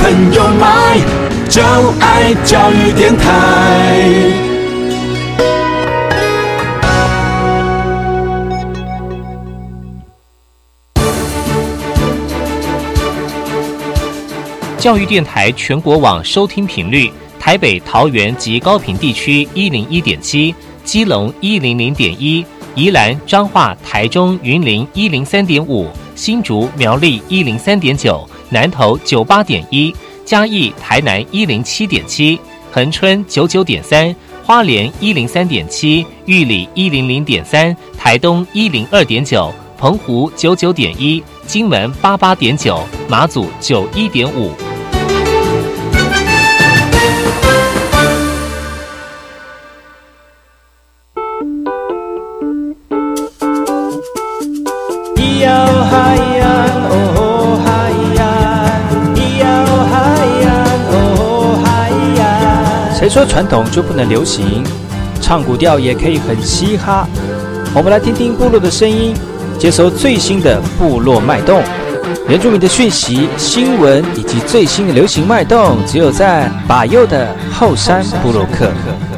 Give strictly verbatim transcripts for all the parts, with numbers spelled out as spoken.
很有麦，就爱教育电台。 教育电台全国网收听频率：台北、桃园及高屏地区一零一点七，基隆一零零点一，宜兰、彰化、台中、云林一零三点五，新竹、苗栗一零三点九，南投九八点一，嘉义、台南一零七点七，恒春九九点三，花莲一零三点七，玉里一零零点三，台东一零二点九，澎湖九九点一，金门八八点九，马祖九一点五。 谁说传统就不能流行？唱古调也可以很嘻哈。我们来听听部落的声音，接收最新的部落脉动、原住民的讯息、新闻以及最新的流行脉动，只有在把右的后山部落客。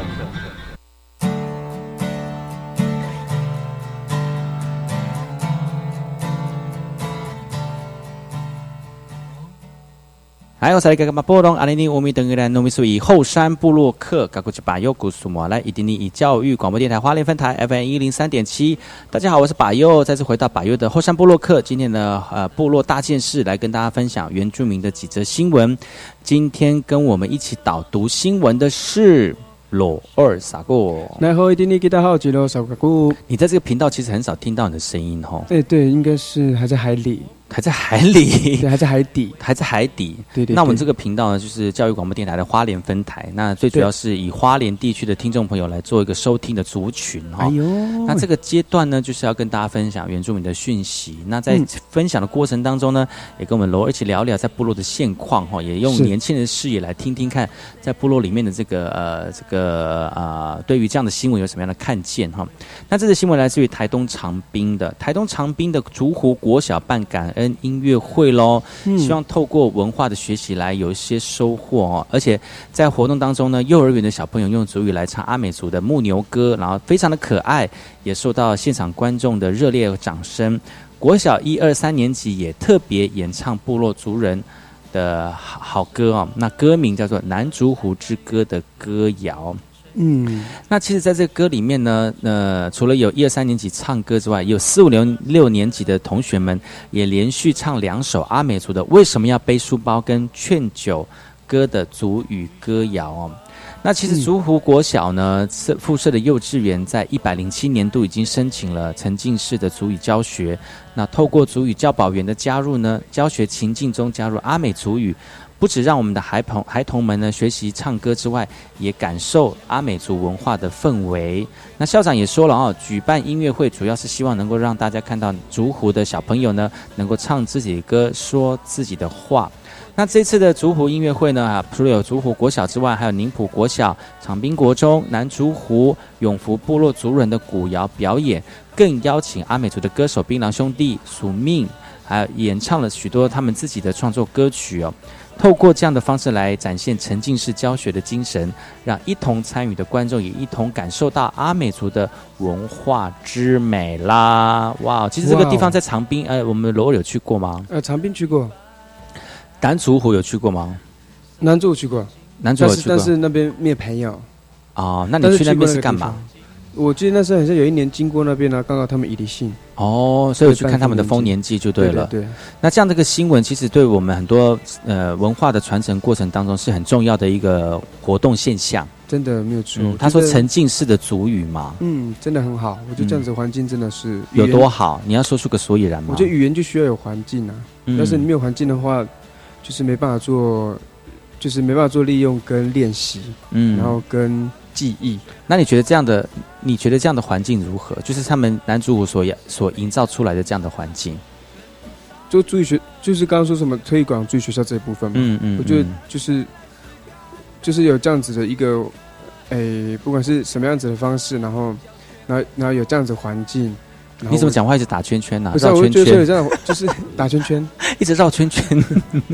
还有在个嘛波隆阿尼尼乌米等于来农民属于后山部落客，噶过去把右古苏莫来一定你以教育广播电台花莲分台 F M 一零三点七。大家好，我是把右，再次回到把右的后山部落客。今天的呃部落大件事来跟大家分享原住民的几则新闻。今天跟我们一起导读新闻的是罗二傻过。 然后一定你给大家好，吉罗傻过。 你在这个频道其实很少听到你的声音哈。 哎，对，应该是还在海里。 还在海里， 对，还在海底， 还在海底。 对 对, 对。 那我们这个频道呢，就是教育广播电台的花莲分台。那最主要是以花莲地区的听众朋友来做一个收听的族群哈。哎呦，那这个阶段呢，就是要跟大家分享原住民的讯息。那在分享的过程当中呢，也跟我们罗一起聊聊在部落的现况哈，也用年轻人的视野来听听看，在部落里面的这个呃这个呃对于这样的新闻有什么样的看见哈。那这则新闻来自于台东长滨的台东长滨的竹湖国小办感恩音乐会。会咯，希望透过文化的学习来有一些收获哦。而且在活动当中呢，幼儿园的小朋友用族语来唱阿美族的牧牛歌，然后非常的可爱，也受到现场观众的热烈掌声。国小一二三年级也特别演唱部落族人的好歌哦，那歌名叫做《南竹湖之歌》的歌谣。嗯，那其实在这个歌里面呢，呃，除了有一二三年级唱歌之外，有四五六六年级的同学们也连续唱两首阿美族的《为什么要背书包》跟《劝酒歌》的族语歌谣哦。那其实竹湖国小呢，附设的幼稚园在一百零七年度已经申请了沉浸式的族语教学。那透过族语教保员的加入呢，教学情境中加入阿美族语。不只让我们的孩童孩童们呢学习唱歌之外，也感受阿美族文化的氛围。那校长也说了哦，举办音乐会主要是希望能够让大家看到竹湖的小朋友呢，能够唱自己的歌，说自己的话。那这次的竹湖音乐会呢，啊，除了有竹湖国小之外，还有宁浦国小、长滨国中、南竹湖、永福部落族人的古谣表演，更邀请阿美族的歌手槟榔兄弟、署命，还有演唱了许多他们自己的创作歌曲哦。透过这样的方式来展现沉浸式教学的精神，让一同参与的观众也一同感受到阿美族的文化之美啦！哇，其实这个地方在长滨，呃，我们罗有去过吗？ 呃，长滨去过。 南竹湖有去过吗？ 南竹去过， 南竹有去过， 但是, 但是那边没有朋友。 哦，那你去那边是干嘛？ 我记得那时候好像有一年经过那边呢，刚好他们移离性哦，所以我去看他们的丰年祭就对了。 对, 对, 对， 那这样的一个新闻，其实对我们很多呃文化的传承过程当中是很重要的一个活动现象。 真的没有错。 嗯、他说沉浸式的族语嘛， 嗯，真的很好。我觉得这样子环境真的是、嗯、 有多好？你要说出个所以然吗？ 我觉得语言就需要有环境啊，嗯、但是你没有环境的话，就是没办法做，就是没办法做利用跟练习，嗯，然后跟记忆。 那你觉得这样的，你觉得这样的环境如何？就是他们南竹湖所所营造出来的这样的环境， 就注意学，就是刚刚说什么推广注意学校这一部分嘛。嗯 嗯, 嗯，我觉得就是就是有这样子的一个，诶，不管是什么样子的方式，然后然后然后有这样子的环境。 你怎么讲话一直打圈圈啊？ 不是， 绕圈圈， 我就觉得这样就是打圈圈， 一直绕圈圈。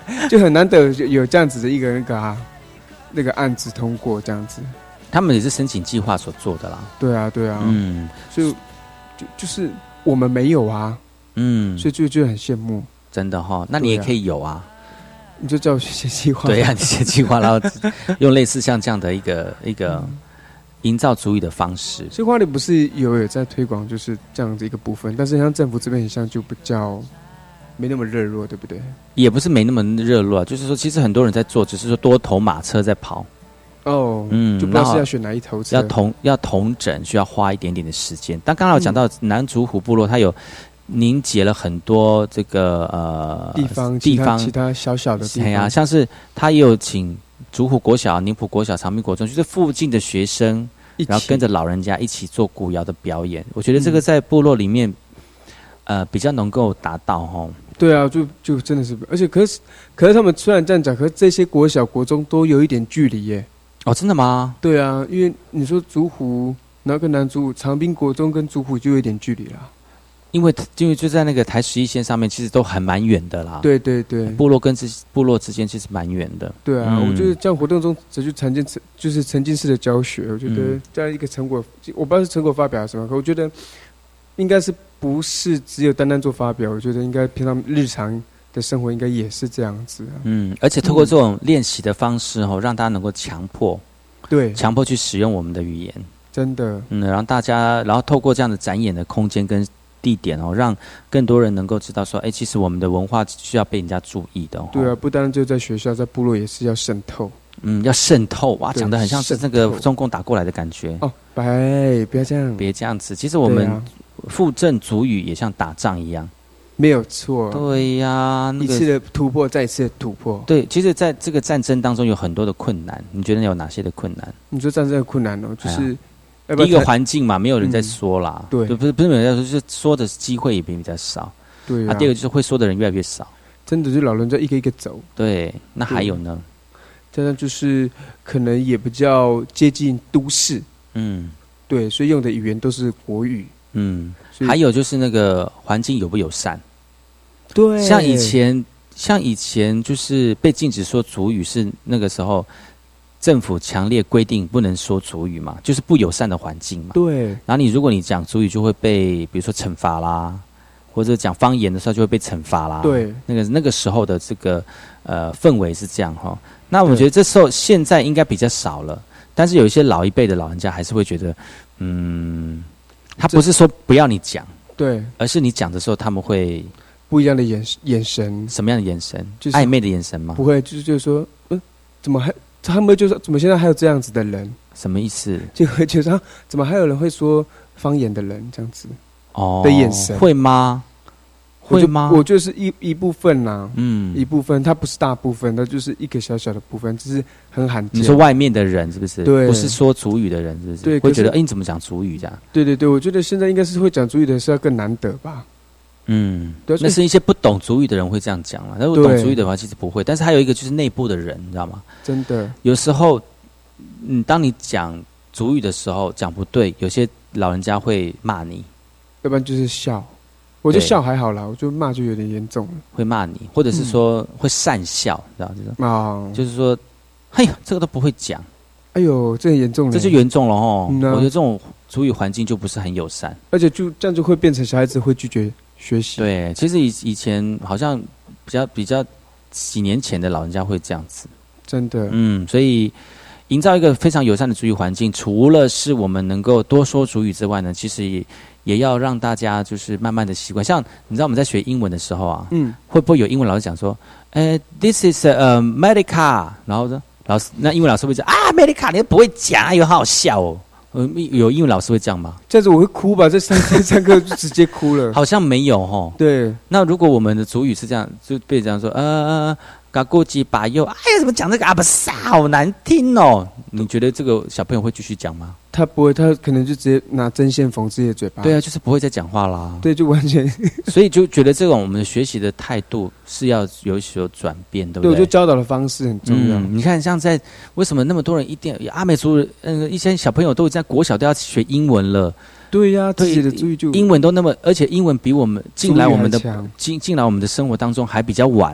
就很难得有这样子的一个那个啊，那个案子通过这样子。 他们也是申请计划所做的啦。 对啊，对啊， 嗯， 所以就就是我们没有啊， 嗯， 所以就就很羡慕。 真的哈，那你也可以有啊。 你就叫我写计划。 对啊，你写计划，然后用类似像这样的一个一个营造族语的方式。 所以花莲不是有有在推广就是这样的一个部分，但是像政府这边很像就比较没那么热络，对不对？ 也不是没那么热络，就是说其实很多人在做，只是说多头马车在跑。 哦，嗯，就不知道是要选哪一头车， 要同要同整，需要花一点点的时间。但刚刚有讲到南竹湖部落，它有凝结了很多这个呃地方地方其他小小的地方， 啊，像是他也有请竹湖国小、宁浦国小、长滨国中，就是附近的学生，然后跟着老人家一起做古谣的表演。我觉得这个在部落里面，嗯、呃，比较能够达到齁。 对啊，就就真的是，而且可是可是他们虽然这样讲，可是这些国小国中都有一点距离耶。 哦，真的吗？ 对啊，因为你说竹湖，然后跟南竹湖、长滨国中跟竹湖就有一点距离啦。 因为因为就在那个台十一线上面，其实都还蛮远的啦。 对对对， 部落跟之部落之间其实蛮远的。 对啊，嗯、我觉得这样活动中这就沉浸就是沉浸式的教学，我觉得这样一个成果，我不知道是成果发表什么，可我觉得应该是不是只有单单做发表，我觉得应该平常日常的生活应该也是这样子、啊。 嗯，而且透过这种练习的方式哦，让大家能够强迫， 对， 强迫去使用我们的语言， 真的， 嗯，然后大家，然后透过这样的展演的空间跟地点哦，让更多人能够知道说，哎，其实我们的文化需要被人家注意的、哦。 对啊，不单就在学校，在部落也是要渗透。 嗯，要渗透哇，讲得很像是那个中共打过来的感觉。 哦，哎，不要这样， 别这样子。其实我们复振族语也像打仗一样， 没有错。 对呀、啊那個， 一次的突破，再一次的突破。 对，其实在这个战争当中有很多的困难，你觉得有哪些的困难？ 你说战争的困难哦，就是。 第一个环境嘛，没有人在说啦， 嗯、对， 不是不是没有人在说，就是说的机会也比较少， 对啊。 啊第二个就是会说的人越来越少， 真的就老人家一个一个走。 对，那还有呢？ 加上就是可能也比较接近都市，嗯，对，所以用的语言都是国语， 嗯，还有就是那个环境友不友善， 对， 像以前像以前就是被禁止说族语是那个时候。政府强烈规定不能说族语嘛，就是不友善的环境嘛。 对。 然后你如果你讲族语，就会被比如说惩罚啦，或者讲方言的时候就会被惩罚啦。 对。 那个那个时候的这个呃氛围是这样哈。那我觉得这时候现在应该比较少了，但是有一些老一辈的老人家还是会觉得，嗯，他不是说不要你讲， 对， 而是你讲的时候他们会不一样的眼眼神， 什么样的眼神？ 就是暧昧的眼神吗？ 不会，就是就是说，嗯，怎么还？他们就说：“怎么现在还有这样子的人？ 什么意思？ 就会觉得、啊、怎么还有人会说方言的人这样子哦的眼神会吗？会吗？ 我就是一一部分啦、啊，嗯，一部分，它不是大部分，它就是一个小小的部分，只是很罕见。 你说外面的人是不是？ 对， 不是说族语的人是不是？ 对， 会觉得哎、欸，你怎么讲族语这样？ 对对对，我觉得现在应该是会讲族语的是要更难得吧。” 嗯，对，那是一些不懂族语的人会这样讲了。如果懂族语的话，其实不会。但是还有一个就是内部的人，你知道吗？ 真的， 有时候，嗯，当你讲族语的时候讲不对，有些老人家会骂你， 要不然就是笑。我觉得笑还好啦，我觉得骂就有点严重了。 会骂你，或者是说、嗯、会讪笑，知道这种啊，就是说，哎呀，这个都不会讲， 哎呦，这很严重了， 这就严重了哦、嗯啊。我觉得这种族语环境就不是很友善， 而且就这样就会变成小孩子会拒绝。学习对，其实以以前好像比较比较几年前的老人家会这样子， 真的， 嗯，所以营造一个非常友善的族语环境，除了是我们能够多说族语之外呢，其实也也要让大家就是慢慢的习惯。像你知道我们在学英文的时候啊，嗯，会不会有英文老师讲说，呃 ，this is a America， 然后呢，老师那英文老师会讲啊 ，America， 你不会讲，哎呦，好好笑哦。呃，有英文老师会这样吗？ 这样子我会哭吧？这上上课就直接哭了。 好像没有齁。 对。 那如果我们的族语是这样，就被这样说，呃，嘎过鸡把右，哎呀，怎么讲这个阿不萨，好难听哦！你觉得这个小朋友会继续讲吗？ 他不会，他可能就直接拿针线缝自己的嘴巴。 对啊，就是不会再讲话啦。 对，就完全。 所以就觉得这种我们的学习的态度是要有所转变，对不对？ 对，我觉得教导的方式很重要。 嗯、你看，像在为什么那么多人一定阿美族，嗯、呃，一些小朋友都在国小都要学英文了。 对呀、啊，自己的注意就英文都那么，而且英文比我们进来我们的进进来我们的生活当中还比较晚。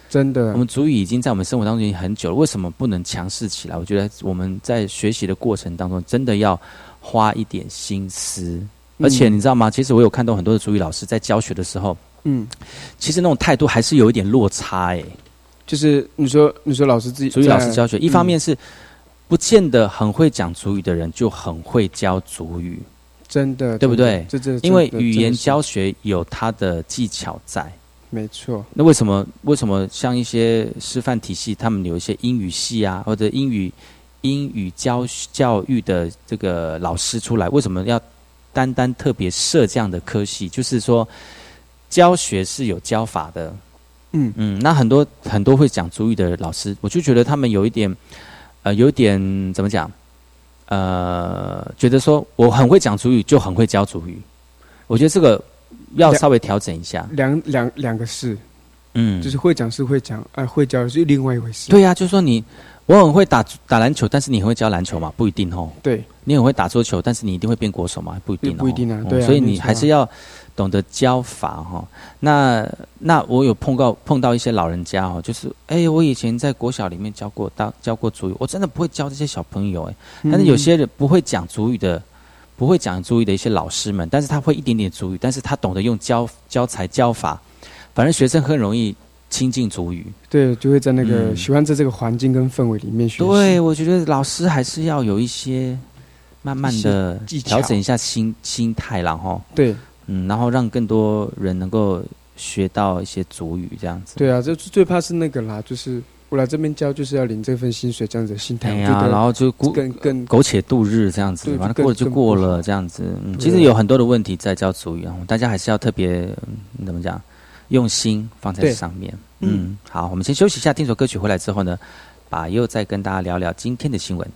真的， 我们族语已经在我们生活当中已经很久了，为什么不能强势起来？我觉得我们在学习的过程当中，真的要花一点心思。而且你知道吗？其实我有看到很多的族语老师在教学的时候，嗯，其实那种态度还是有一点落差哎、欸。 就是你说，你说老师自己族语老师教学，一方面是不见得很会讲族语的人就很会教族语， 真的， 对不对？ 这这因为语言教学有它的技巧在， 没错。 那为什么为什么像一些师范体系，他们有一些英语系啊，或者英语英语教教育的这个老师出来，为什么要单单特别设这样的科系？就是说，教学是有教法的。嗯嗯，那很多很多会讲族语的老师，我就觉得他们有一点，呃，有一点怎么讲？呃，觉得说我很会讲族语，就很会教族语。我觉得这个要稍微调整一下。 两两两个事，嗯，就是会讲是会讲，哎、呃，会教是另外一回事。 对呀、啊，就是说你我很会打打篮球，但是你很会教篮球嘛？不一定哦。 对， 你很会打桌球，但是你一定会变国手嘛？不一定、哦， 不一定啊。对啊， 所以你还是要懂得教法哈、哦。那那我有碰到碰到一些老人家哦，就是哎，我以前在国小里面教过当教过族语，我真的不会教这些小朋友哎。但是有些人不会讲族语的，不会讲族语的一些老师们，但是他会一点点族语，但是他懂得用教教材教法，反正学生很容易亲近族语。 对，就会在那个、嗯、喜欢在这个环境跟氛围里面学习。 对，我觉得老师还是要有一些慢慢的调整一下心心态啦齁。 对。 嗯，然后让更多人能够学到一些族语，这样子。 对啊，这最怕是那个啦，就是我来这边教，就是要领这份薪水，这样子的心态。 哎呀，然后就更更苟且度日这样子，完了过了就过了这样子。嗯，其实有很多的问题在教族语啊，大家还是要特别、嗯、怎么讲，用心放在上面。嗯，好，我们先休息一下，听首歌曲回来之后呢，把又再跟大家聊聊今天的新闻。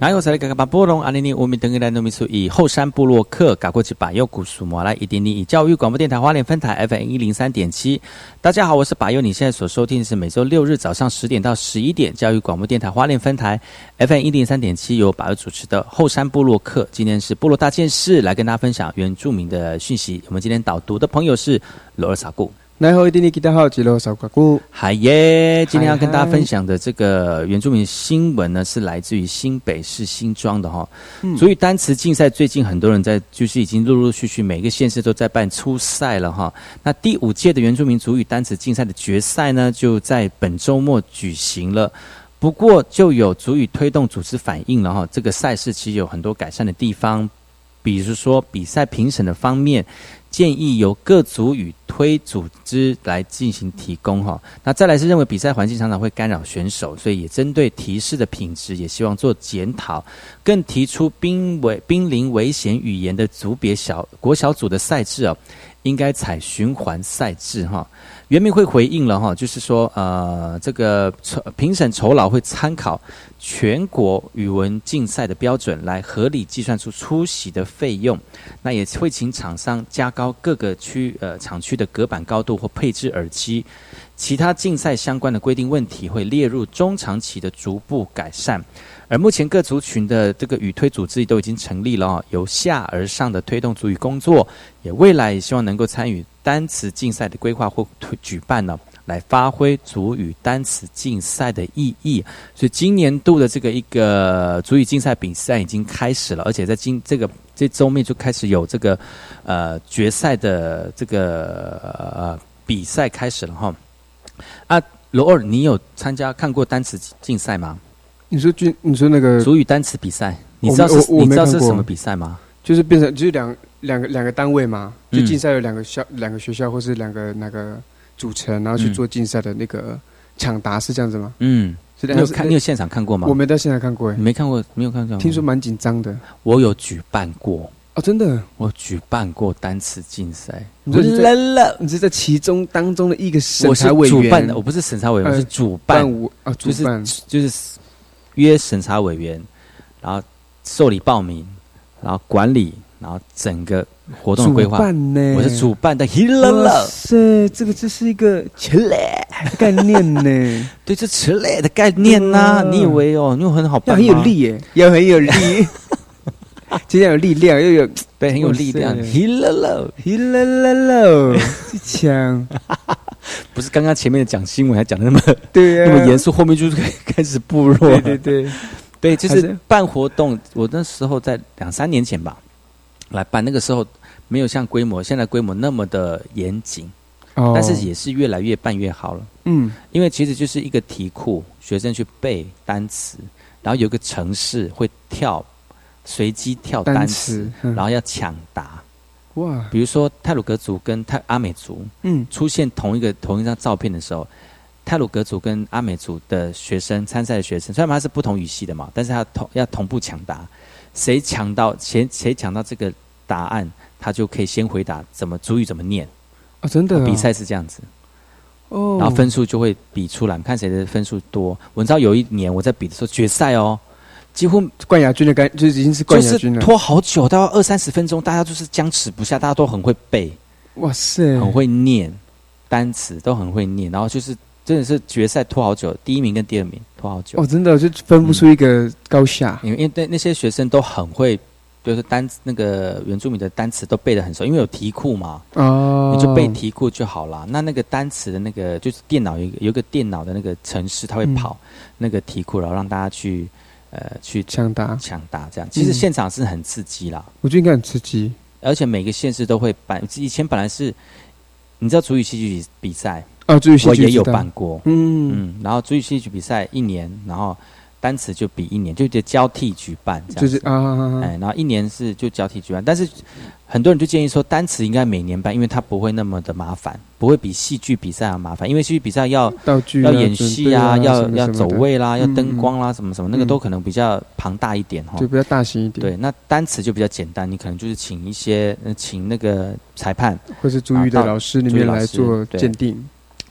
然后在个巴波隆阿尼尼乌米登格来诺米苏以后山部落客嘎过去把右古苏摩来一点零以教育广播电台花莲分台 F M 一零三点七。大家好，我是把右，你现在所收听的是每周六日早上十点到十一点教育广播电台花莲分台 F M 一零三点七由把右主持的后山部落客。今天是部落大件事，来跟大家分享原住民的讯息。我们今天导读的朋友是罗尔萨固。 然后一定你记得好，吉罗少瓜姑。 嗨耶！今天要跟大家分享的这个原住民新闻呢，是来自于新北市新庄的哈。族语单词竞赛最近很多人在，就是已经陆陆续续每个县市都在办初赛了哈。那第五届的原住民族语单词竞赛的决赛呢，就在本周末举行了。不过就有族语推动组织反映了哈，这个赛事其实有很多改善的地方，比如说比赛评审的方面。建议由各族语推组织来进行提供哈。那再来是认为比赛环境常常会干扰选手，所以也针对提示的品质也希望做检讨，更提出濒危濒临危险语言的组别小国小组的赛制哦，应该采循环赛制哈。原民会回应了哈，就是说呃这个评审酬劳会参考全国语文竞赛的标准来合理计算出出席的费用，那也会请厂商加高各个区呃厂区的隔板高度或配置耳机，其他竞赛相关的规定问题会列入中长期的逐步改善。而目前各族群的这个语推组织都已经成立了哦，由下而上的推动族语工作，也未来也希望能够参与单词竞赛的规划或举办呢，来发挥族语单词竞赛的意义。所以今年度的这个一个族语竞赛比赛已经开始了，而且在今这个这周面就开始有这个呃决赛的这个呃比赛开始了哈。啊，罗尔，你有参加看过单词竞赛吗？ 你说军，你说那个族语单词比赛，你知道是你知道是什么比赛吗？ 就是变成就是两两个两个单位嘛，就竞赛有两个校、两、嗯、个学校或是两个那个组成，然后去做竞赛的那个抢答，是这样子吗？嗯，是这样。 你有看？你有现场看过吗？ 我没到现场看过，哎， 你没看过？没有看过？ 听说蛮紧张的。 我有举办过哦，真的， 我举办过单词竞赛。 你是在你是在其中当中的一个审查委员？ 我是主办的，我不是审查委员，我是主办。 啊，主办就是就是。约审查委员，然后受理报名，然后管理，然后整个活动的规划。 主办呢？ 我是主办的。哇塞，这个这是一个词类概念呢。 对，这词类的概念呐、啊，你以为哦，你很好办吗？ 要很有力耶，要很有力，今天有力量，又有对，很有力量。嘿啦啦， 嘿啦啦啦，这枪。 不是刚刚前面讲新闻还讲的那么对、啊、 那么严肃，后面就是开始步入对对对对，就是办活动。我那时候在两三年前吧来办，那个时候没有像规模现在规模那么的严谨、哦，但是也是越来越办越好了。嗯，因为其实就是一个题库，学生去背单词，然后有一个程式会跳随机跳单词，单词嗯、然后要抢答。哇！比如说太鲁阁族跟泰阿美族，嗯，出现同一个同一张照片的时候，太鲁阁族跟阿美族的学生参赛的学生，虽然他是不同语系的嘛，但是他同要同步抢答，谁抢到谁谁抢到这个答案，他就可以先回答怎么族语怎么念。 哦，真的、哦， 比赛是这样子。哦，然后分数就会比出来，看谁的分数多。我知道有一年我在比的时候决赛哦。几乎冠亚军的感就已经是冠亚军了， 就是拖好久，大概二三十分钟，大家就是僵持不下，大家都很会背， 哇塞， 很会念单词，都很会念，然后就是真的是决赛拖好久，第一名跟第二名拖好久， 哦，真的就分不出一个高下， 嗯、因为因为那些学生都很会，就是单那个原住民的单词都背得很熟，因为有题库嘛，哦，你就背题库就好啦。那那个单词的那个就是电脑有一个有一个电脑的那个程式，它会跑那个题库，然后让大家去。呃，去抢答， 抢答这样，其实现场是很刺激啦。 我觉得应该很刺激， 而且每个县市都会办。以前本来是，你知道族语戏剧比赛哦，族语戏剧我也有办过，嗯嗯，然后族语戏剧比赛一年，然后单词就比一年，就交替举办这样子，就是啊，哎，然后一年是就交替举办，但是很多人就建议说，单词应该每年办，因为它不会那么的麻烦，不会比戏剧比赛要麻烦，因为戏剧比赛要道具、 要演戏啊， 啊要要走位啦，要灯光啦，什么什么，那个都可能比较庞大一点哈， 就比较大型一点。 对，那单词就比较简单，你可能就是请一些呃请那个裁判或是族语的老师里面来做鉴定。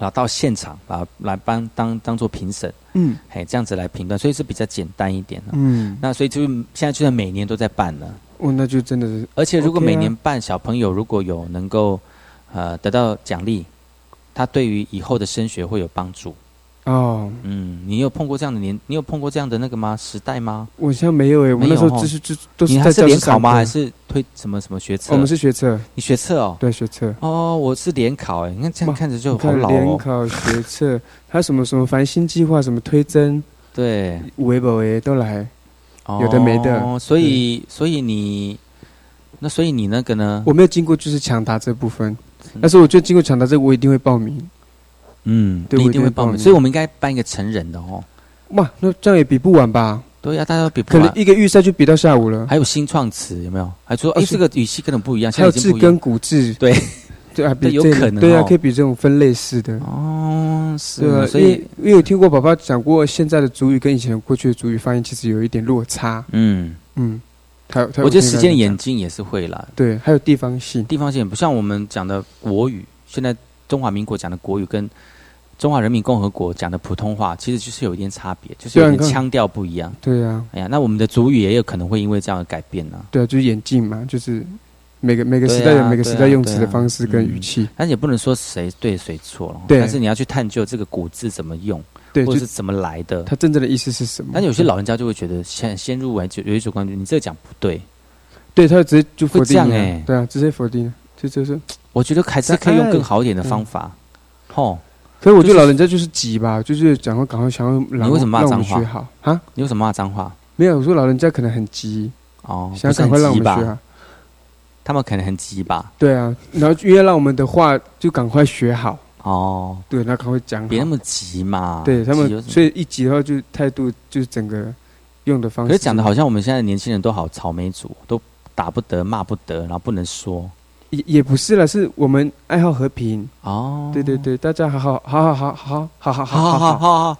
然后到现场把来帮当当做评审，嗯，嘿，这样子来评断，所以是比较简单一点的，嗯，那所以就现在就算每年都在办了， 哦，那就真的是， 而且如果每年办， OK 啊，小朋友如果有能够呃得到奖励，他对于以后的升学会有帮助。哦，嗯，你有碰过这样的年？你有碰过这样的那个吗？时代吗？ 我现在没有诶，我那时候就是就都是在你还是联考吗？还是推什么什么学测？ 我们是学测， 你学测哦？ 对，学测。 哦，我是联考诶，你看这样看着就好老哦。 联考、学测，还有什么什么繁星计划，什么推甄， 对， 微博诶都来，有的没的。 哦，所以所以你那所以你那个呢？ 我没有经过就是抢答这部分，但是我觉得经过抢答这个，我一定会报名。 嗯，对，你一定会报名，所以我们应该办一个成人的哦。 哇，那这样也比不完吧？ 对呀，大家都比不完， 可能一个预赛就比到下午了。 还有新创词有没有？还说哎，这个语气跟我们不一样， 还有字跟古字， 对对啊， 有可能， 对啊，可以比这种分类式的哦，是啊，所以因为有听过爸爸讲过，现在的族语跟以前过去的族语发音其实有一点落差。嗯嗯，他我觉得时间演进也是会啦， 对，还有地方性， 地方性不像我们讲的国语，现在中华民国讲的国语跟中华人民共和国讲的普通话其实就是有一点差别，就是有点腔调不一样。 对啊， 哎呀，那我们的族语也有可能会因为这样的改变呢、啊。 对啊，就是演进嘛，就是每个每个时代有每个时代用词的方式跟语气，啊啊啊嗯、 但是也不能说谁对谁错了。对，但是你要去探究这个古字怎么用，对，或者是怎么来的， 它真正的意思是什么。 但是有些老人家就会觉得先先入为主，有一种观点，你这个讲不对， 对他直接就否定了， 哎、欸， 对啊，直接否定，就就是， 我觉得还是可以用更好一点的方法，吼。 可是我觉得老人家就是急吧，就是讲话赶快想要让你为什么骂脏话？ 学好啊？ 你为什么骂脏话？ 没有，我说老人家可能很急哦，想赶快让我们学好。 他们可能很急吧？ 对啊，然后因为让我们的话就赶快学好哦。对，那赶快讲好， 别那么急嘛。 对他们，所以一急的话，就态度就是整个用的方式。 可是讲的好像我们现在的年轻人都好草莓族，都打不得、骂不得，然后不能说。 也也不是了，是我们爱好和平哦。对对对，大家好好好好好好好好好好好好好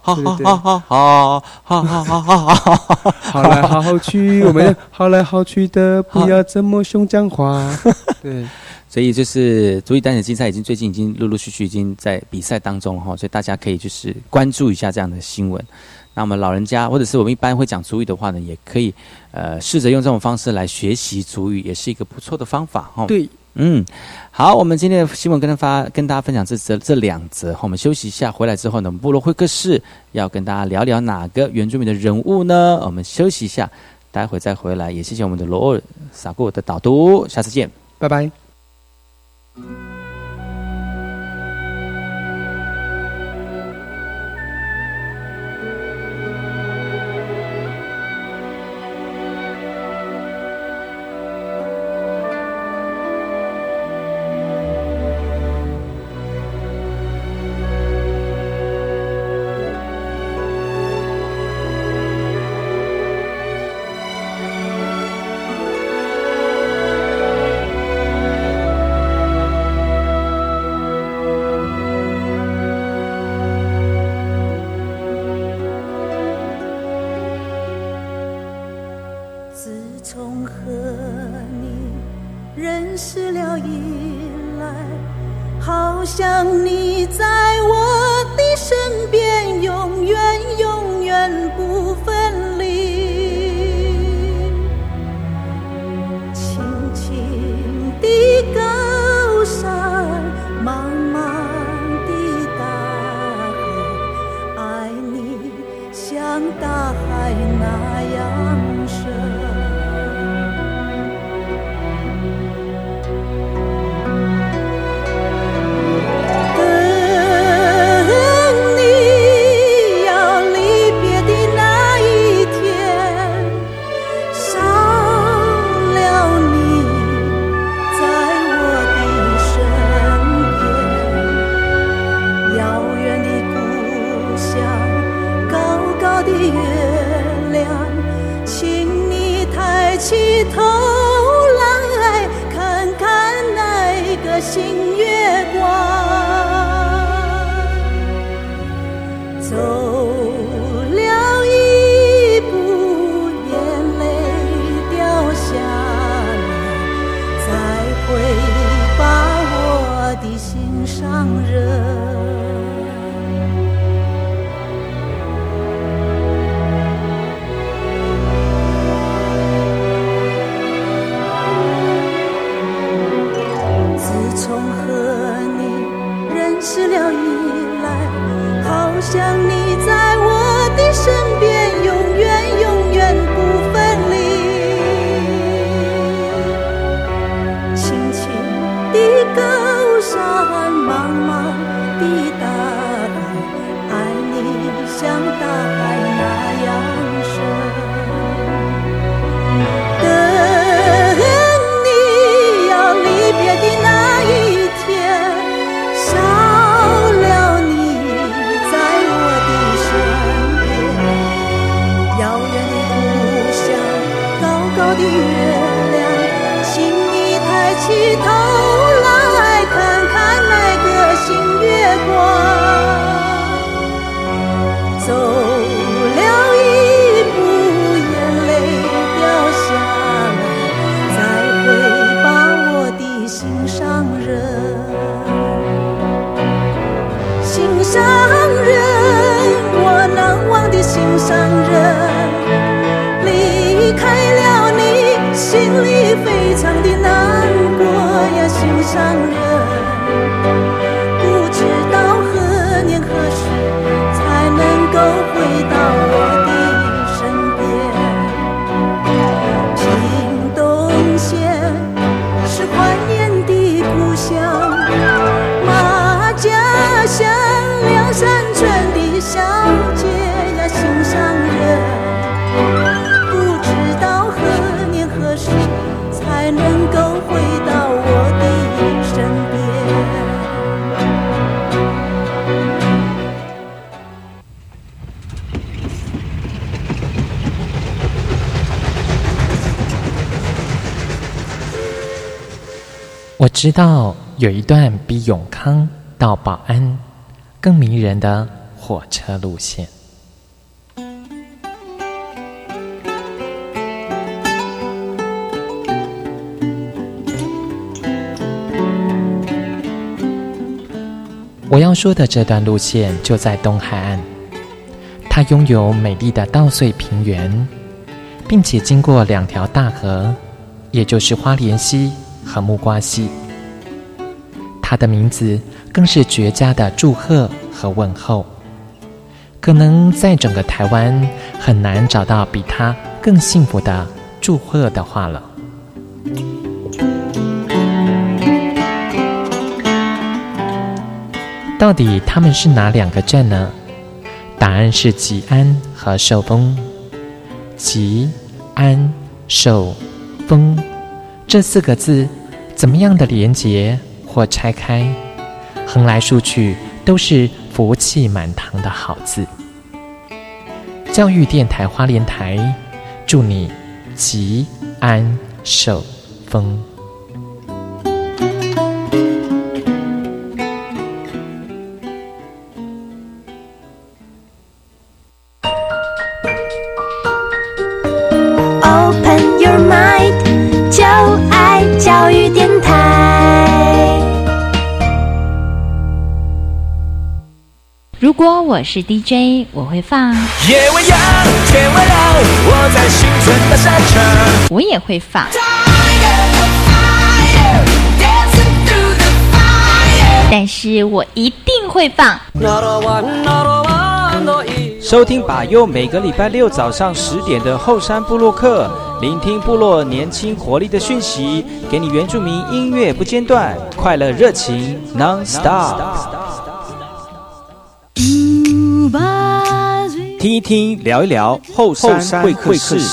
好好好好好来好好去，我们好来好去的，不要这么凶讲话。对， 所以就是族语单词竞赛已经最近已经陆陆续续已经在比赛当中哈，所以大家可以就是关注一下这样的新闻。那我们老人家或者是我们一般会讲族语的话呢，也可以呃试着用这种方式来学习族语，也是一个不错的方法哈。 对。 嗯，好，我们今天的新闻跟发跟大家分享这这这两则，我们休息一下，回来之后呢，我们部落会客室要跟大家聊聊哪个原住民的人物呢？我们休息一下，待会再回来，也谢谢我们的罗尔撒过的导读，下次见， 拜拜。 会把我的心上人上人，不知道何年何时才能够回到我的身边。屏东县是怀念的故乡，马家乡两山村的小姐呀，心上人。才能够回到我的身边。 我知道有一段比永康到保安更迷人的火车路线。我要说的这段路线就在东海岸，它拥有美丽的稻穗平原，并且经过两条大河，也就是花莲溪和木瓜溪。它的名字更是绝佳的祝贺和问候，可能在整个台湾很难找到比它更幸福的祝贺的话了。到底他们是哪两个镇呢？答案是吉安和寿丰。吉安寿丰这四个字怎么样的连结或拆开，横来竖去都是福气满堂的好字。教育电台花莲台祝你吉安寿丰。 教育电台。如果我是 D J， 我会放夜未央，天未亮，我在新村大山城。 我也会放但是我一定会放收听把佑每个礼拜六早上十点的后山部落客，聆听部落年轻活力的讯息，给你原住民音乐不间断，快乐热情 non stop。听一听，聊一聊后山会客室。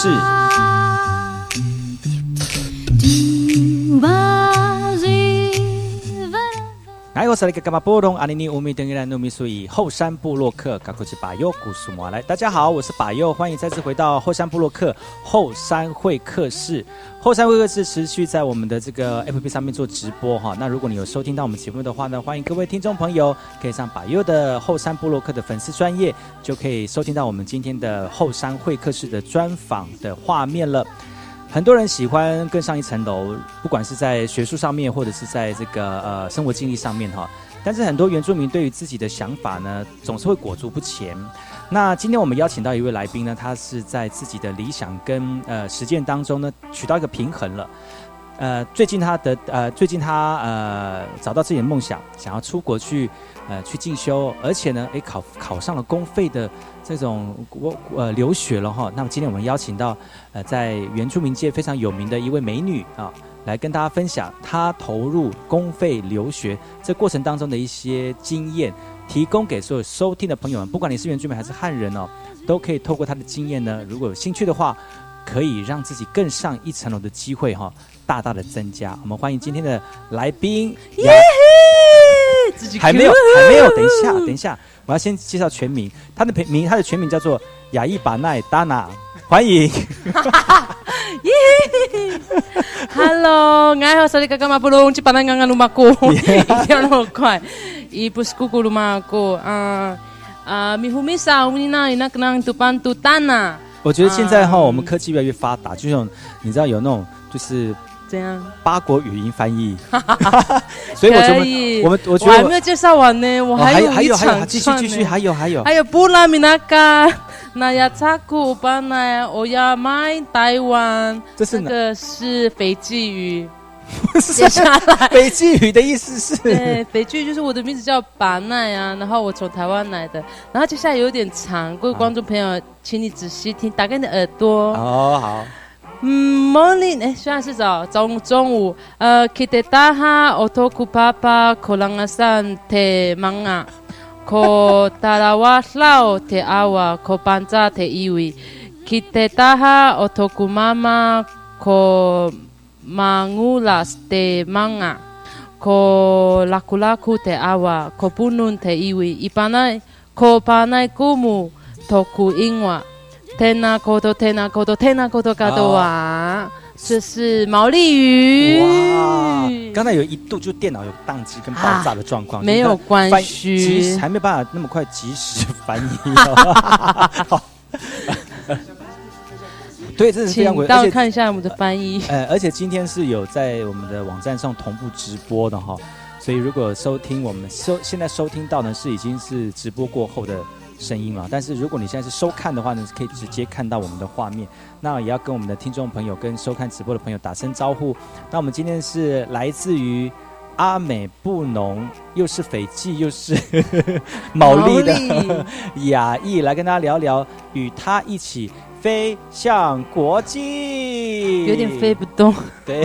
哎，我是那个干嘛波动阿尼尼乌米登伊兰努米苏以后山部落客，赶快去把佑古苏摩来。大家好，我是把佑，欢迎再次回到后山部落客后山会客室。后山会客室持续在我们的这个 F B 上面做直播哈。那如果你有收听到我们节目的话呢，欢迎各位听众朋友可以上把佑的后山部落客的粉丝专页，就可以收听到我们今天的后山会客室的专访的画面了。很多人喜欢更上一层楼，不管是在学术上面，或者是在这个呃生活经历上面哈。但是很多原住民对于自己的想法呢，总是会裹足不前。那今天我们邀请到一位来宾呢，他是在自己的理想跟呃实践当中呢，取到一个平衡了。呃，最近他的呃，最近他呃找到自己的梦想，想要出国去呃去进修，而且呢，诶考考上了公费的这种国呃留学了哈。那么今天我们邀请到呃在原住民界非常有名的一位美女啊，来跟大家分享她投入公费留学这过程当中的一些经验，提供给所有收听的朋友们，不管你是原住民还是汉人哦，都可以透过她的经验呢，如果有兴趣的话，可以让自己更上一层楼的机会哈，大大的增加。我们欢迎今天的来宾。耶！还没有，还没有，等一下，等一下，我要先介绍全名。他的名，他的全名叫做雅伊巴奈达娜，欢迎。 Halo, ngayon sa ka mapulong ci panang nga lumako. Iyan mo kwai. Ipus kuku lumako. Ah, ah, mihumisa umina inak nang tupan tutana. 我觉得现在哈，我们科技越来越发达，就像你知道有那种就是怎样八国语音翻译，所以我觉得我们我觉得我还没有介绍完呢，我还有一场继续继续，还有还有还有布拉米纳卡那亚查库巴那欧亚麦台湾，这是这个是斐济语。 接下来北极语的意思是？ 对，北极语就是我的名字叫巴奈啊，然后我从台湾来的，然后接下来有点长，各位观众朋友，请你仔细听，打开你的耳朵。 哦，好。 嗯 ，morning， 哎，现在是早中中午，呃 ，kita taha otoku papa kolangasan te manga ko tarawaslau te awa ko panza te iwi kita taha otoku mama ko mangulas te manga ko laku-laku te awa ko punun te iwi ipanai ko panai kumu toku ingwa tena koto tena koto tena koto kato wa 这是毛利语。 哇，刚才有一度就电脑有宕机跟爆炸的状况， 啊、没有关系， 及时还没办法那么快及时翻译。好，对，这是非常请到看一下我们的翻译。 呃，而且今天是有在我们的网站上同步直播的哈，所以如果收听我们收现在收听到呢是已经是直播过后的声音了，但是如果你现在是收看的话呢，可以直接看到我们的画面。那也要跟我们的听众朋友跟收看直播的朋友打声招呼。那我们今天是来自于阿美布农，又是斐济又是毛利的雅意，来跟大家聊聊与他一起飞向国际。 有点飞不动， 对。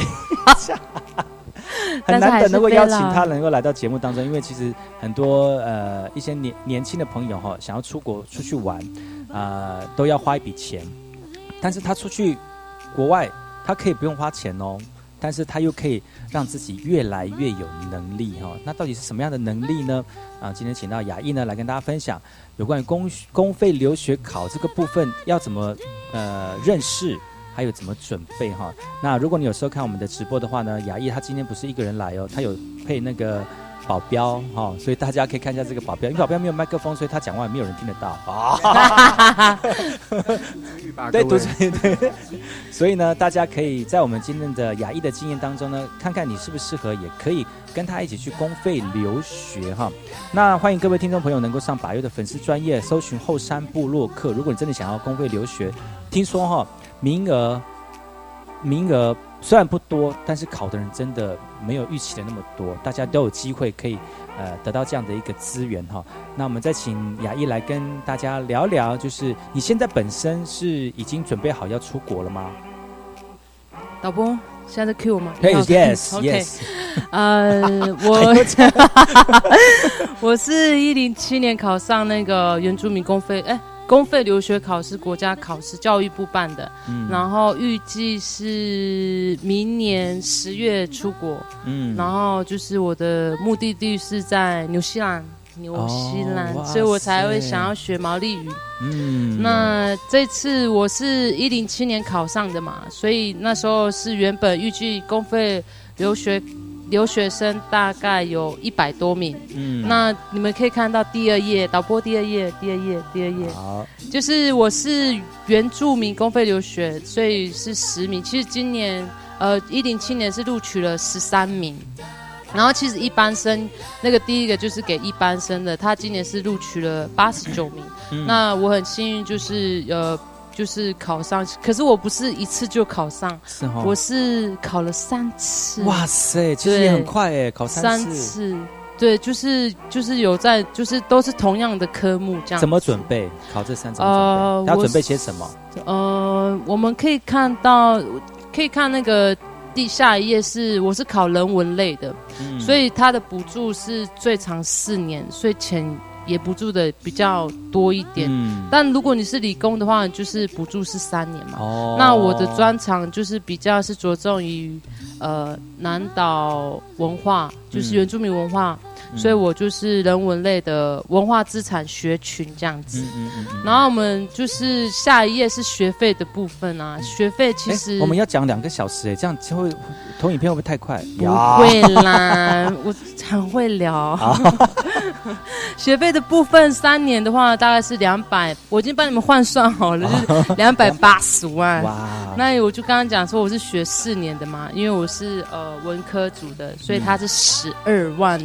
很难得能够邀请他能够来到节目当中，因为其实很多呃一些年年轻的朋友哈，想要出国出去玩，呃都要花一笔钱，但是他出去国外，他可以不用花钱哦，但是他又可以让自己越来越有能力哈。那到底是什么样的能力呢？啊，今天请到雅意呢来跟大家分享有关于公公费留学考这个部分要怎么呃认识。还有怎么准备哈？那如果你有收看我们的直播的话呢，雅意他今天不是一个人来哦，他有配那个保镖哈，所以大家可以看一下这个保镖，因为保镖没有麦克风，所以他讲话没有人听得到啊。对，读对对。所以呢，大家可以在我们今天的雅意的经验当中呢，看看你适不适合，也可以跟他一起去公费留学哈。那欢迎各位听众朋友能够上百优的粉丝专页搜寻后山部落客，如果你真的想要公费留学，听说哈。名额，名额虽然不多，但是考的人真的没有预期的那么多，大家都有机会可以呃得到这样的一个资源哈。那我们再请雅意来跟大家聊聊，就是你现在本身是已经准备好要出国了吗？ 导播，现在在 Q 吗 ？Yes, yes, OK。 yes 呃，我我是一零七年考上那个原住民公费，哎。公费留学考试，国家考试教育部办的，嗯、然后预计是明年十月出国，嗯，然后就是我的目的地是在纽西兰，纽西兰，哦、所以我才会想要学毛利语，嗯，那这次我是一零七年考上的嘛，所以那时候是原本预计公费留学。留学生大概有一百多名，嗯，那你们可以看到第二页，导播第二页，第二页，第二页，好，就是我是原住民公费留学，所以是十名。其实今年，呃，一零七年是录取了十三名，然后其实一般生那个第一个就是给一般生的，他今年是录取了八十九名，嗯，那我很幸运，就是呃。就是考上，可是我不是一次就考上，是哦，我是考了三次。哇塞，其实也很快哎，考三次。三次， 对，就是就是有在，就是都是同样的科目这样。 怎么准备考这三次？呃，要准备些什么？ 呃，我们可以看到，可以看那个第下一页是，我是考人文类的，嗯，所以它的补助是最长四年，所以前。也补助的比较多一点，嗯，但如果你是理工的话，就是补助是三年嘛。哦，那我的专长就是比较是着重于呃南岛文化，就是原住民文化，嗯，所以我就是人文类的文化资产学群这样子。嗯嗯嗯。然后我们就是下一页是学费的部分啊，学费其实我们要讲两个小时哎，这样就会投影片会不会太快？ 不会啦，我很会聊。学费的部分，三年的话大概是两百，我已经帮你们换算好了，就是两百八十万。哇！那我就刚刚讲说我是学四年的嘛，因为我是呃文科组的，所以它是十二万美金。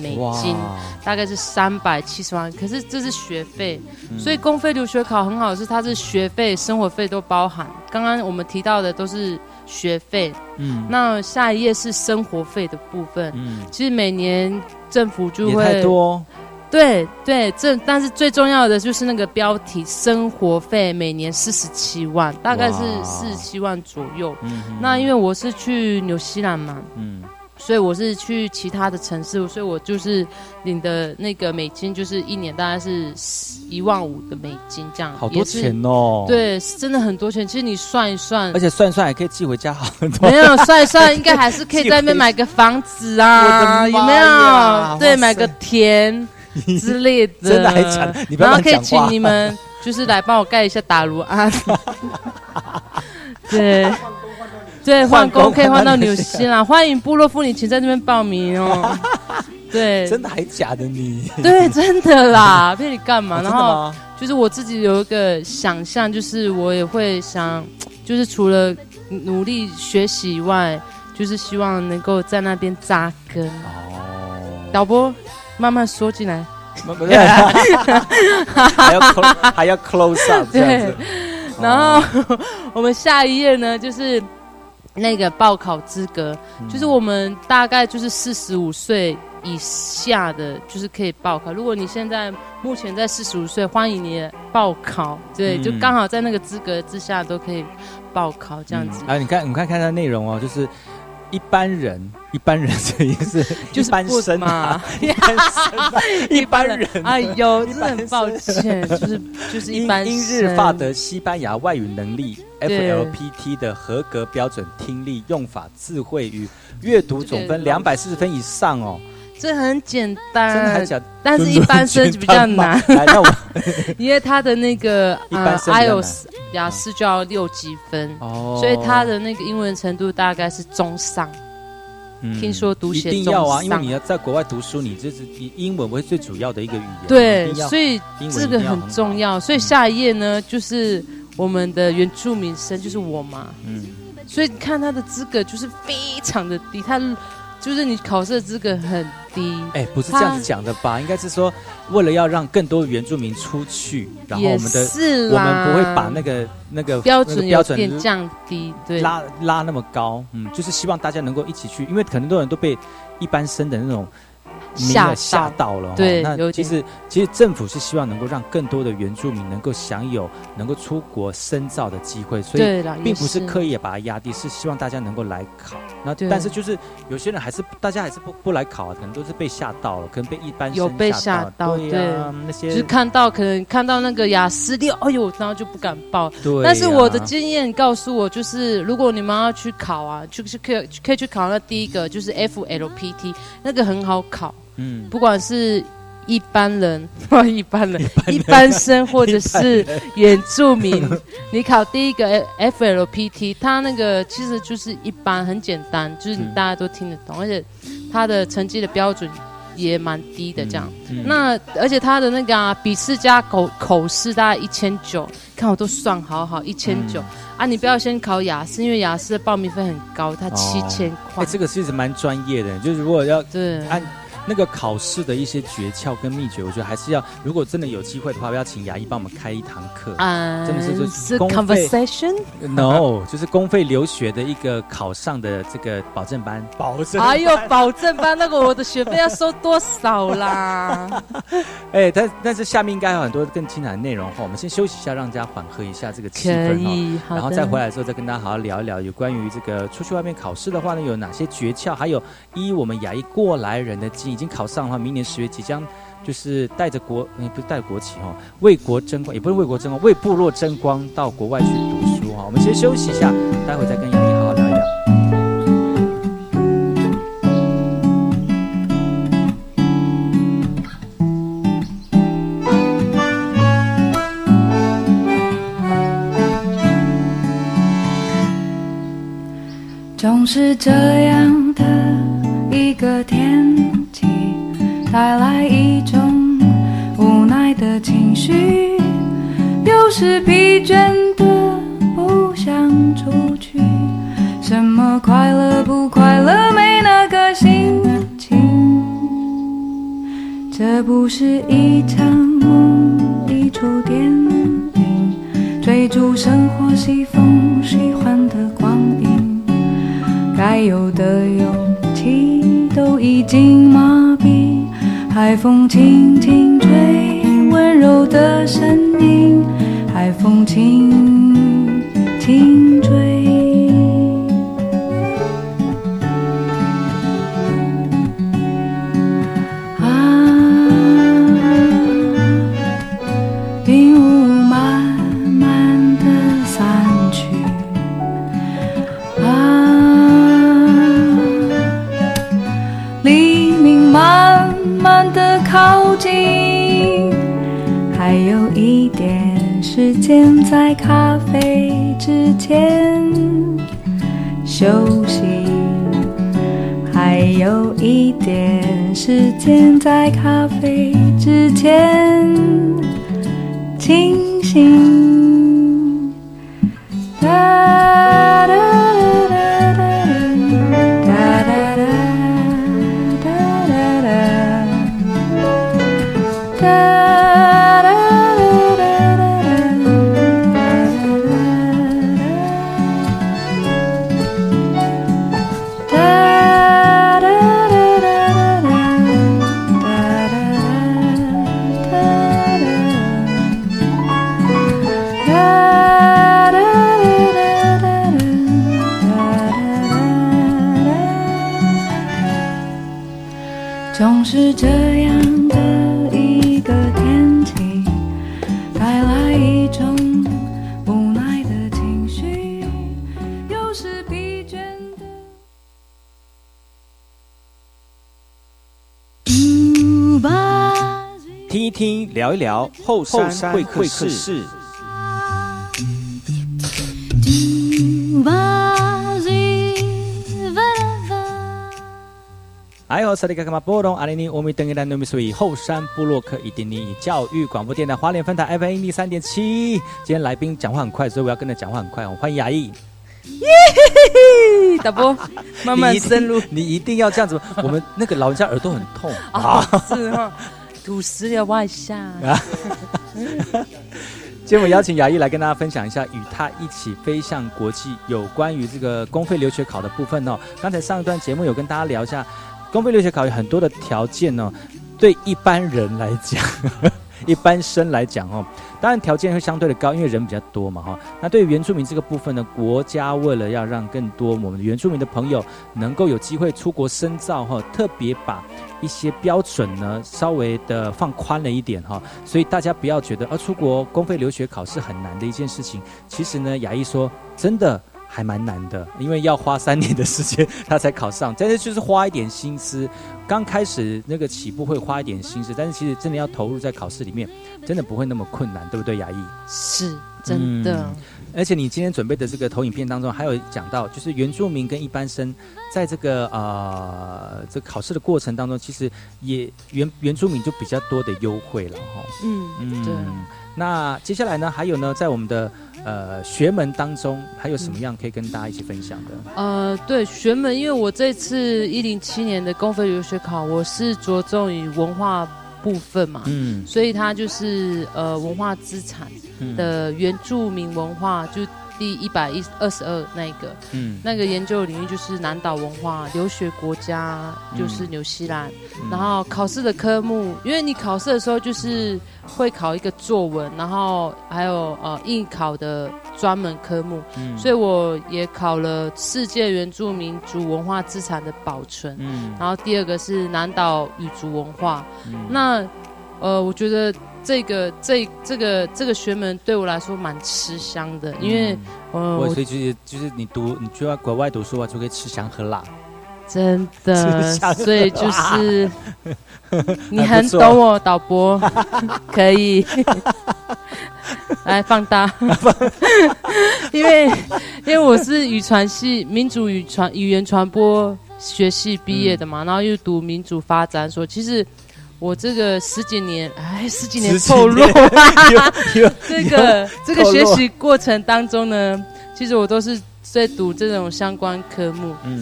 金，大概是三百七十万。可是这是学费，嗯、所以公费留学考很好的是它是学费、生活费都包含。刚刚我们提到的都是学费，嗯，那下一页是生活费的部分。嗯，其实每年政府就会也太多。 对对，这但是最重要的就是那个标题，生活费每年四十七万，大概是四十七万左右。嗯，那因为我是去纽西兰嘛，嗯，所以我是去其他的城市，所以我就是领的那个美金，就是一年大概是一万五的美金这样。 好多钱哦！ 对，真的很多钱。其实你算一算， 而且算一算还可以寄回家好很多。 没有算一算，应该还是可以在那边买个房子啊，有没有？对，买个田。之类的， 真的还假的？你不要然后可以请你们就是来帮我盖一下打卢安，对对，换工可以换到纽西兰，欢迎部落妇女，请在这边报名哦。对， 真的还假的你？ 对，真的啦，骗你干嘛？ 哦、 然后就是我自己有一个想象，就是我也会想，就是除了努力学习以外，就是希望能够在那边扎根。哦，导播。慢慢缩进来， 还要 close, 还要 close up 这样子。 然后我们下一页呢，就是那个报考资格，嗯、就是我们大概就是四十五岁以下的，就是可以报考。如果你现在目前在四十五岁，欢迎你报考，对，嗯、就刚好在那个资格之下都可以报考这样子。 啊、嗯，你看，你看看它内容哦，就是。一般人，一般人这意思就是一般生嘛，一般生，一般人。 哎呦，真的很抱歉，就是就是一般生。 英日法德西班牙外语能力 F L P T 的合格标准听力用法智慧与阅读总分两百四十分以上哦。 这很简单， 真的很简单， 但是一般生就比较难。来，那我因为他的那个呃 I E L T S 雅思就要六级分，哦，所以他的那个英文程度大概是中上。嗯、听说读写一定要啊，因为你要在国外读书，你这是英文为最主要的一个语言。 对，所以这个很重要。所以下一页呢，就是我们的原住民生，就是我嘛。嗯，所以你看他的资格就是非常的低，他。就是你考试的资格很低， 哎、欸，不是这样子讲的吧？应该是说，为了要让更多原住民出去，然后我们的我们不会把那个那个标准有点降低，对， 拉拉那么高，嗯，就是希望大家能够一起去，因为很多人都被一般生的那种吓吓到了， 对， 那其实其实政府是希望能够让更多的原住民能够享有能够出国深造的机会，所以并不是刻意把它压低，是希望大家能够来考。那但是就是有些人还是大家还是不不来考啊，可能都是被吓到了，可能被一般生有被吓到， 对、啊、对，那些就是看到可能看到那个雅思六，哎呦，然后就不敢报。对、啊，但是我的经验告诉我，就是如果你们要去考啊，就是可以可以去考那第一个就是 F L P T， 那个很好考。嗯，不管是一般人或一般人、一般生，或者是原住民，你考第一个 F L P T， 它那个其实就是一般，很简单，就是你大家都听得懂，嗯、而且它的成绩的标准也蛮低的，这样。嗯嗯、那而且它的那个啊，笔试加口口试大概一千九，看我都算好好一千九啊！你不要先考雅思，因为雅思的报名费很高，它七千块。 哎、欸，这个其实蛮专业的，就是如果要对按。那个考试的一些诀窍跟秘诀，我觉得还是要，如果真的有机会的话，要请雅一帮我们开一堂课， 啊、 真的是就是公费 ，no， 就是公费留学的一个考上的这个保证班， 保证班，哎呦，保证班那个我的学费要收多少啦？ 哎、欸，但但是下面应该有很多更精彩的内容哈，我们先休息一下，让大家缓和一下这个气氛哈，然后再回来的时候再跟大家好好聊一聊有关于这个出去外面考试的话呢，有哪些诀窍，还有依我们雅一过来人的经验。已经考上的话，明年十月即将就是带着国，欸、不是带着国旗哈，为国争光，也不是为国争光，为部落争光，到国外去读书哈。我们先休息一下，待会再跟雅一好好聊一聊。 总是这样的一个天气，带来一种无奈的情绪，有时疲倦的不想出去，什么快乐不快乐没那个心情， 这不是一场梦，一出电影，追逐生活西风喜欢的光阴，该有的勇气都已经麻痹，海风轻轻吹，温柔的声音，海风轻轻吹。靠近，还有一点时间在咖啡之前休息，还有一点时间在咖啡之前清醒。哒哒总是这样的一个天气，带来一种无奈的情绪，有时疲倦的。 听一听，聊一聊，后山会客室。哎呦，萨利卡卡马波隆阿里尼，我们等一来努米苏以后山部落客一点零教育广播电台花莲分台 F M 一三点七。今天来宾讲话很快，所以我要跟着讲话很快。我欢迎雅艺。 耶，导播慢慢深入， 你一定要这样子。我们那个老人家耳朵很痛啊，是哈，吐石榴外下。 今天我邀请雅艺来跟大家分享一下，与他一起飞向国际有关于这个公费留学考的部分哦。刚才上一段节目有跟大家聊一下。公费留学考有很多的条件哦，对一般人来讲，一般生来讲哦，当然条件会相对的高，因为人比较多嘛哈、哦。那对于原住民这个部分呢，国家为了要让更多我们原住民的朋友能够有机会出国深造哈、哦，特别把一些标准呢稍微的放宽了一点哈、哦，所以大家不要觉得呃出国公费留学考是很难的一件事情。其实呢，雅艺说真的。还蛮难的，因为要花三年的时间他才考上，但是就是花一点心思。刚开始那个起步会花一点心思，但是其实真的要投入在考试里面，真的不会那么困难，对不对，雅艺？ 是真的、嗯。 而且你今天准备的这个投影片当中，还有讲到，就是原住民跟一般生在这个呃这个考试的过程当中，其实也原原住民就比较多的优惠了哈。 嗯嗯，对。 那接下来呢，还有呢，在我们的呃学门当中，还有什么样可以跟大家一起分享的？ 呃，对，学门，因为我这次一零七年的公费留学考，我是着重于文化部分嘛，嗯，所以它就是呃文化资产的原住民文化，就第一百二十二那个，嗯，那个研究领域就是南岛文化，留学国家就是纽西兰，嗯、然后考试的科目，因为你考试的时候就是会考一个作文，然后还有呃应考的专门科目，嗯，所以我也考了世界原住民族文化资产的保存，嗯，然后第二个是南岛语族文化，嗯，那呃我觉得。这个这这个这个学门对我来说蛮吃香的，因为、 嗯、呃，所以就是就是你读你去国外读书啊，就可以吃香喝辣， 真的，所以就是你很懂我，导播可以来放大，因为因为我是语传系民主语传语言传播学系毕业的嘛，嗯、然后又读民主发展所，其实。我这个十几年，哎，十几年透露啊！这个这个学习过程当中呢，其实我都是在读这种相关科目。嗯，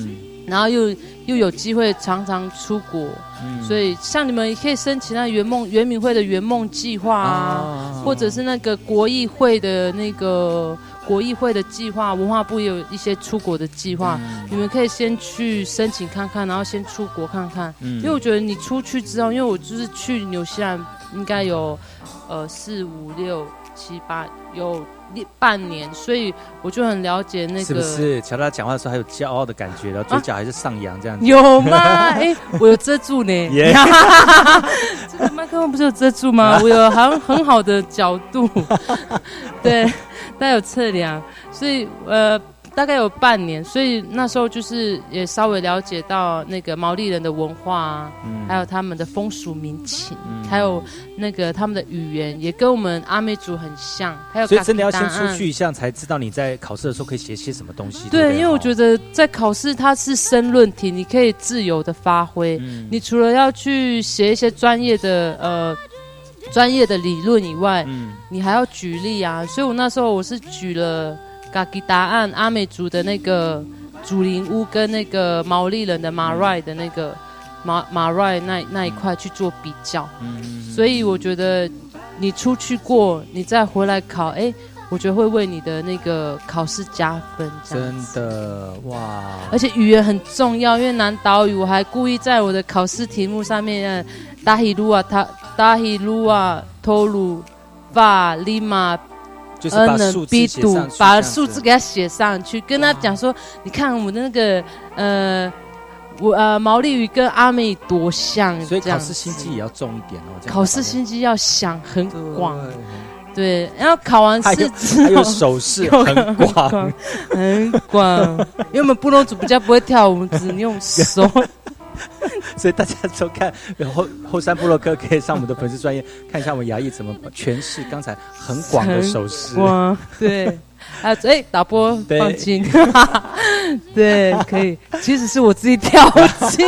然后又又有机会常常出国， 嗯、 所以像你们也可以申请那圆梦圆明会的圆梦计划啊，啊或者是那个国艺会的那个国艺会的计划，文化部也有一些出国的计划，嗯、你们可以先去申请看看，然后先出国看看，嗯、因为我觉得你出去之后，因为我就是去纽西兰应该有呃四五六七八有。半年，所以我就很了解那个， 是不是？瞧他讲话的时候还有骄傲的感觉，然后嘴角还是上扬这样子， 啊、有吗？哎、欸，我有遮住呢。Yeah. 这个麦克风不是有遮住吗？我有很很好的角度，对，但有测量，所以呃。大概有半年，所以那时候就是也稍微了解到那个毛利人的文化啊，嗯、还有他们的风俗民情，嗯、还有那个他们的语言也跟我们阿美族很像。还有所以真的要先出去一下，才知道你在考试的时候可以写些什么东西。 对， 对对， 因为我觉得在考试它是申论题，你可以自由的发挥。嗯、你除了要去写一些专业的呃专业的理论以外，嗯、你还要举例啊。所以我那时候我是举了。嘎吉达岸阿美族的那个祖灵屋跟那个毛利人的马瑞的那个马马瑞那那一块去做比较，嗯、所以我觉得你出去过，你再回来考，哎，我觉得会为你的那个考试加分。 真的哇！ 而且语言很重要，因为南岛语我还故意在我的考试题目上面，达希鲁啊，他达希鲁啊，托鲁法利马。 就是把数字写上去， 把数字给他写上去，跟他讲说，你看我们的那个呃，我呃毛利语跟阿美多像， 所以考试心机也要重一点哦。 考试心机要想很广，对，然后考完试之后还有手势很广， 很广，因为我们布农族比较不会跳舞，只能用手。 所以大家都看后后山部落客，可以上我们的粉丝专页看一下我们牙医怎么诠释刚才很广的手势。 哇，对，啊，哎，导播放心，对，可以，其实是我自己跳进，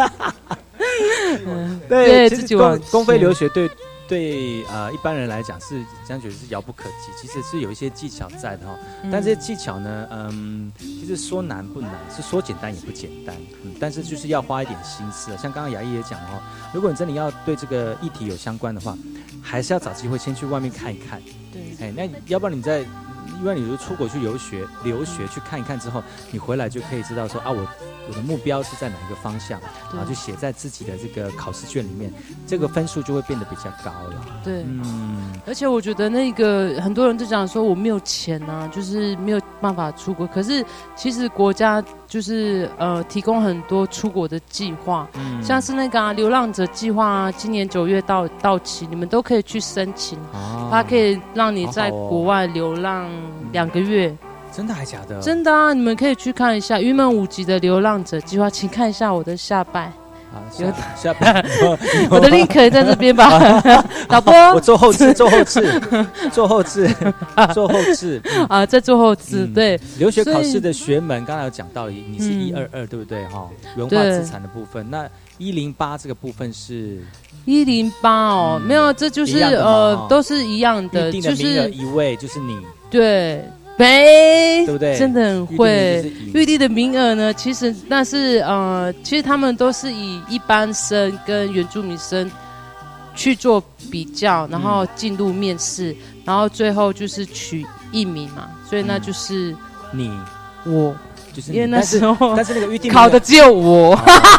嗯、对，自己往公费留学对。对呃一般人来讲是这样觉得是遥不可及，其实是有一些技巧在的哈、哦。嗯、但这些技巧呢，嗯，其实说难不难，是说简单也不简单。嗯，但是就是要花一点心思。像刚刚雅艺也讲哦，如果你真的要对这个议题有相关的话，还是要找机会先去外面看一看。对，哎，那要不然你在，因为你如出国去留学，留学去看一看之后，你回来就可以知道说啊，我我的目标是在哪一个方向，然后就写在自己的这个考试卷里面，这个分数就会变得比较高了。 对，嗯，而且我觉得那个很多人就讲说我没有钱啊，就是没有办法出国。可是其实国家就是呃提供很多出国的计划，嗯、像是那个、啊、流浪者计划啊，今年九月到到期，你们都可以去申请，啊、它可以让你在国外流浪两个月。嗯， 真的还假的？ 真的啊！你们可以去看一下云门舞集的流浪者计划，请看一下我的下拜。 啊，下下拜， 我的 link 可以在这边吧？导播， 我做后置，做后置，做后置，做后置啊，在做后置。对， 留学考试的学门，刚才有讲到，你是一二二，对不对？哈，文化资产的部分，那一零八这个部分是一零八哦，没有，这就是呃，都是一样的， 预定的名额一位就是你， 对。对， 对不对？ 真的很会。预定的名额呢，其实那是呃，其实他们都是以一般生跟原住民生去做比较，然后进入面试，嗯、然后最后就是取一名嘛，所以那就是、嗯、 你我。 就是因为那时候， 但是那个预定考的只有我，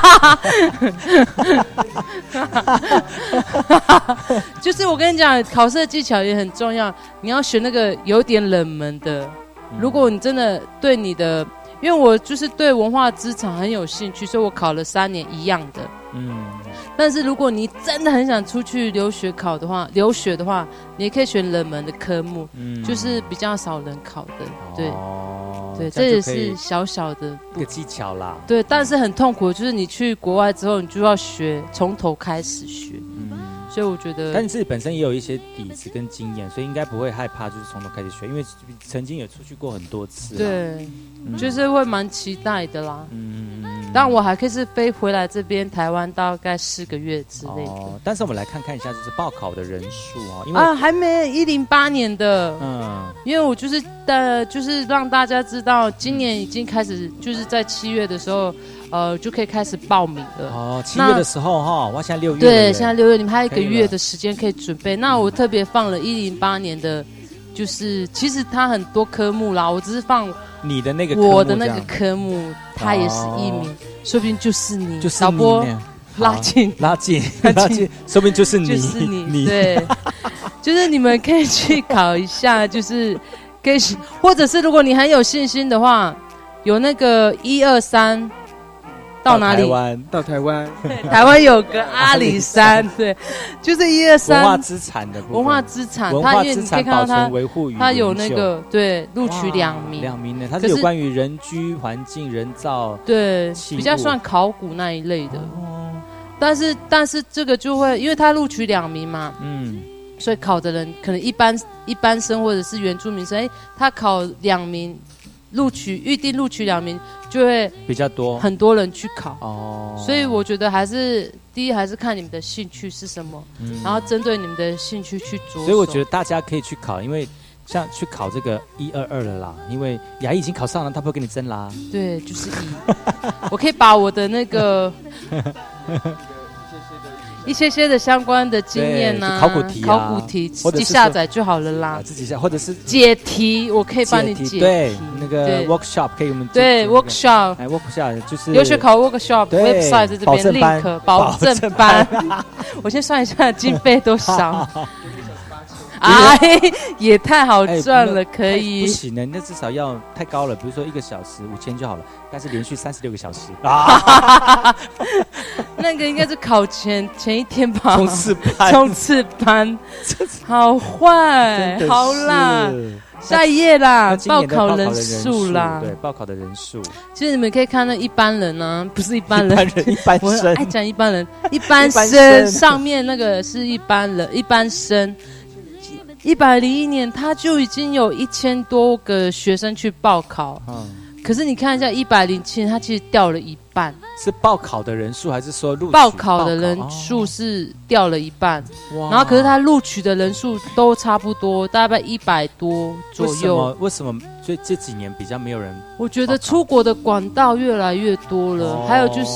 就是我跟你讲，考试的技巧也很重要，你要选那个有点冷门的。如果你真的对你的，因为我就是对文化资产很有兴趣，所以我考了三年一样的。嗯，但是如果你真的很想出去留学考的话，留学的话，你也可以选冷门的科目，嗯、就是比较少人考的。对，哦、对，这也是小小的一个技巧啦。 对，但是很痛苦，就是你去国外之后，你就要学从头开始学。嗯，所以我觉得， 但你自己本身也有一些底子跟经验，所以应该不会害怕，就是从头开始学，因为曾经也出去过很多次。 对，嗯、就是会蛮期待的啦。嗯。 但我还可以是飞回来这边台湾大概四个月之类的。哦， 但是我们来看看一下，就是报考的人数哦，因为啊，还没一零八年的，嗯，因为我就是呃，就是让大家知道，今年已经开始，就是在七月的时候，呃，就可以开始报名了。 哦，七月的时候哈，我现在六月， 对，现在六月，你们还有一个月的时间可以准备。那我特别放了一零八年的，就是其实它很多科目啦，我只是放你的那个我的那个科目，它也是一名，说不定就是你， 就是导播拉近拉近拉近，说不定就是你， 就是你，对，就是你们可以去考一下，就是可以，或者是如果你很有信心的话，有那个一二三。到哪里？ 台湾， 到台湾。 台湾有个阿里山，对，就是一二三文化资产的文化资产， 文化资产保存维护与它有那个对录取两名， 两名呢，它是有关于人居环境、人造， 对，比较算考古那一类的。哦，但是但是这个就会，因为它录取两名嘛，嗯，所以考的人可能一般一般生或者是原住民生，哎，他考两名。录取预定录取两名就会比较多， 很多人去考哦，所以我觉得还是第一还是看你们的兴趣是什么，嗯、然后针对你们的兴趣去着手。 所以我觉得大家可以去考，因为像去考这个一二二了啦，因为雅艺已经考上了，他不会给你争啦。 对，就是一，我可以把我的那个。一些些的相关的经验呐、啊， 考古题、啊、 考古题自己下载就好了啦。 啊、自己下，或者是解题，我可以帮你解题。 对，那个 workshop 可以我们对 workshop， 哎 workshop 就是留学考 workshop website 在这边 link 保证班。我先算一下经费多少。哎，也太好赚了，可以。 不行呢，那至少要太高了。比如说一个小时五千就好了，但是连续三十六个小时啊。 那个应该是考前前一天吧， 冲刺班， 冲刺班，好坏，好啦。下一页啦，报考人数啦， 对，报考的人数。 其实你们可以看到一般人啊，不是一般人， 一般人，一般生， 我爱讲一般人，一般生上面那个是一般人，一般生。一百零一年，他就已经有一千多个学生去报考，嗯，可是你看一下一百零七年，他其实掉了一半。 是报考的人数，还是说录取？ 报考的人数是掉了一半，哦、然后可是他录取的人数都差不多，大概一百多左右。 为什么？为什么这这几年比较没有人？ 我觉得出国的管道越来越多了，哦、还有就是。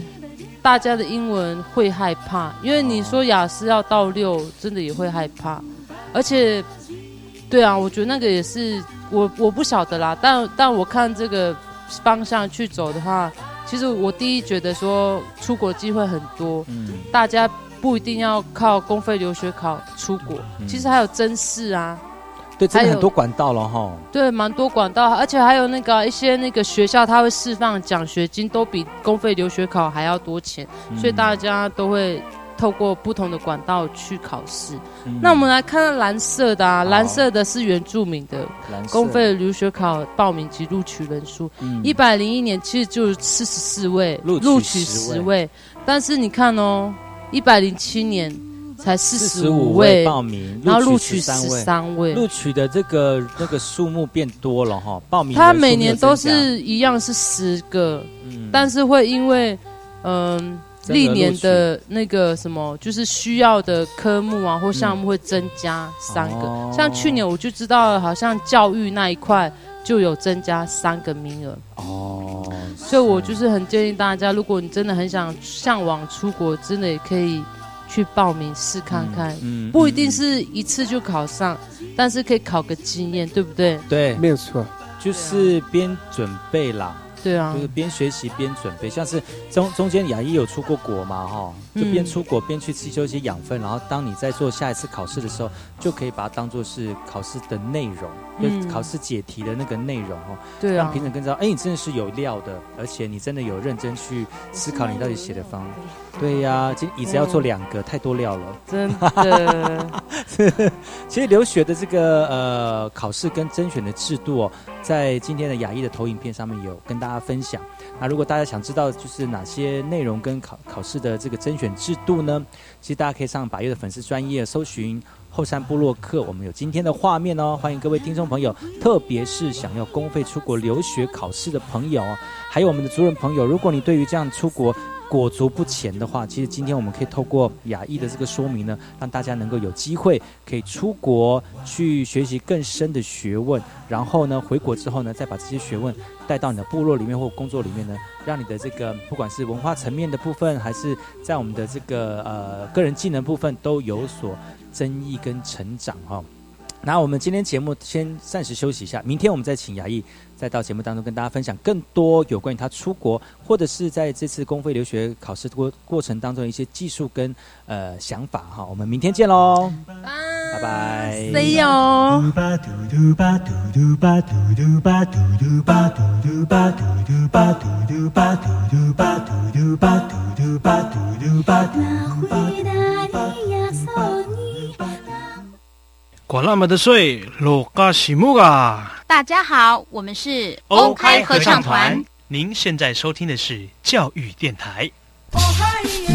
大家的英文会害怕，因为你说雅思要到六，真的也会害怕。而且，对啊，我觉得那个也是我我不晓得啦，但但我看这个方向去走的话，其实我第一觉得说出国机会很多，嗯，大家不一定要靠公费留学考出国，嗯、其实还有甄试啊。 对，真的很多管道了哈。 对，蛮多管道，而且还有那个一些那个学校，他会释放奖学金，都比公费留学考还要多钱，嗯、所以大家都会透过不同的管道去考试。嗯、那我们来看看蓝色的啊，蓝色的是原住民的公费留学考报名及录取人数，一百零一年其实就四十四位，录取十位，但是你看哦，一百零七年。才四十五位报名， 然后录取十三位， 录取的这个那个数目变多了哈。报名他每年都是一样是十个，嗯、但是会因为嗯历、呃、年的那个什么，就是需要的科目啊或项目会增加三个。嗯、像去年我就知道，好像教育那一块就有增加三个名额哦。所以我就是很建议大家，如果你真的很想向往出国，真的也可以。去报名试看看，嗯嗯、不一定是一次就考上，嗯、但是可以考个经验，对不对？ 对， 没有错， 就是边准备啦。 对啊， 就是边学习边准备，像是中中间雅艺有出过国嘛，哈，就边出国边去吸收一些养分，然后当你在做下一次考试的时候，就可以把它当作是考试的内容，嗯、就考试解题的那个内容哈。 对啊， 让评审更知道，哎，你真的是有料的，而且你真的有认真去思考你到底写的方。对呀、啊，这椅子要做两个，嗯、太多料了， 真的， 其实留学的这个呃考试跟甄选的制度哦，在今天的亚艺的投影片上面有跟大家分享。那如果大家想知道就是哪些内容跟考考试的这个甄选制度呢，其实大家可以上百越的粉丝专页搜寻后山部落客，我们有今天的画面哦，欢迎各位听众朋友，特别是想要公费出国留学考试的朋友，还有我们的族人朋友，如果你对于这样出国裹足不前的话，其实今天我们可以透过亚艺的这个说明呢，让大家能够有机会可以出国去学习更深的学问，然后呢回国之后呢，再把这些学问带到你的部落里面或工作里面呢，让你的这个不管是文化层面的部分，还是在我们的这个呃个人技能部分都有所增益跟成长哈、哦。那我们今天节目先暂时休息一下，明天我们再请亚艺再到节目当中跟大家分享更多有关于他出国或者是在这次公费留学考试过过程当中的一些技术跟呃想法哈。我们明天见喽，拜拜 ，See you。 管那么的水，罗嘎西木啊！ 大家好，我们是欧开合唱团。您现在收听的是教育电台。 哦嗨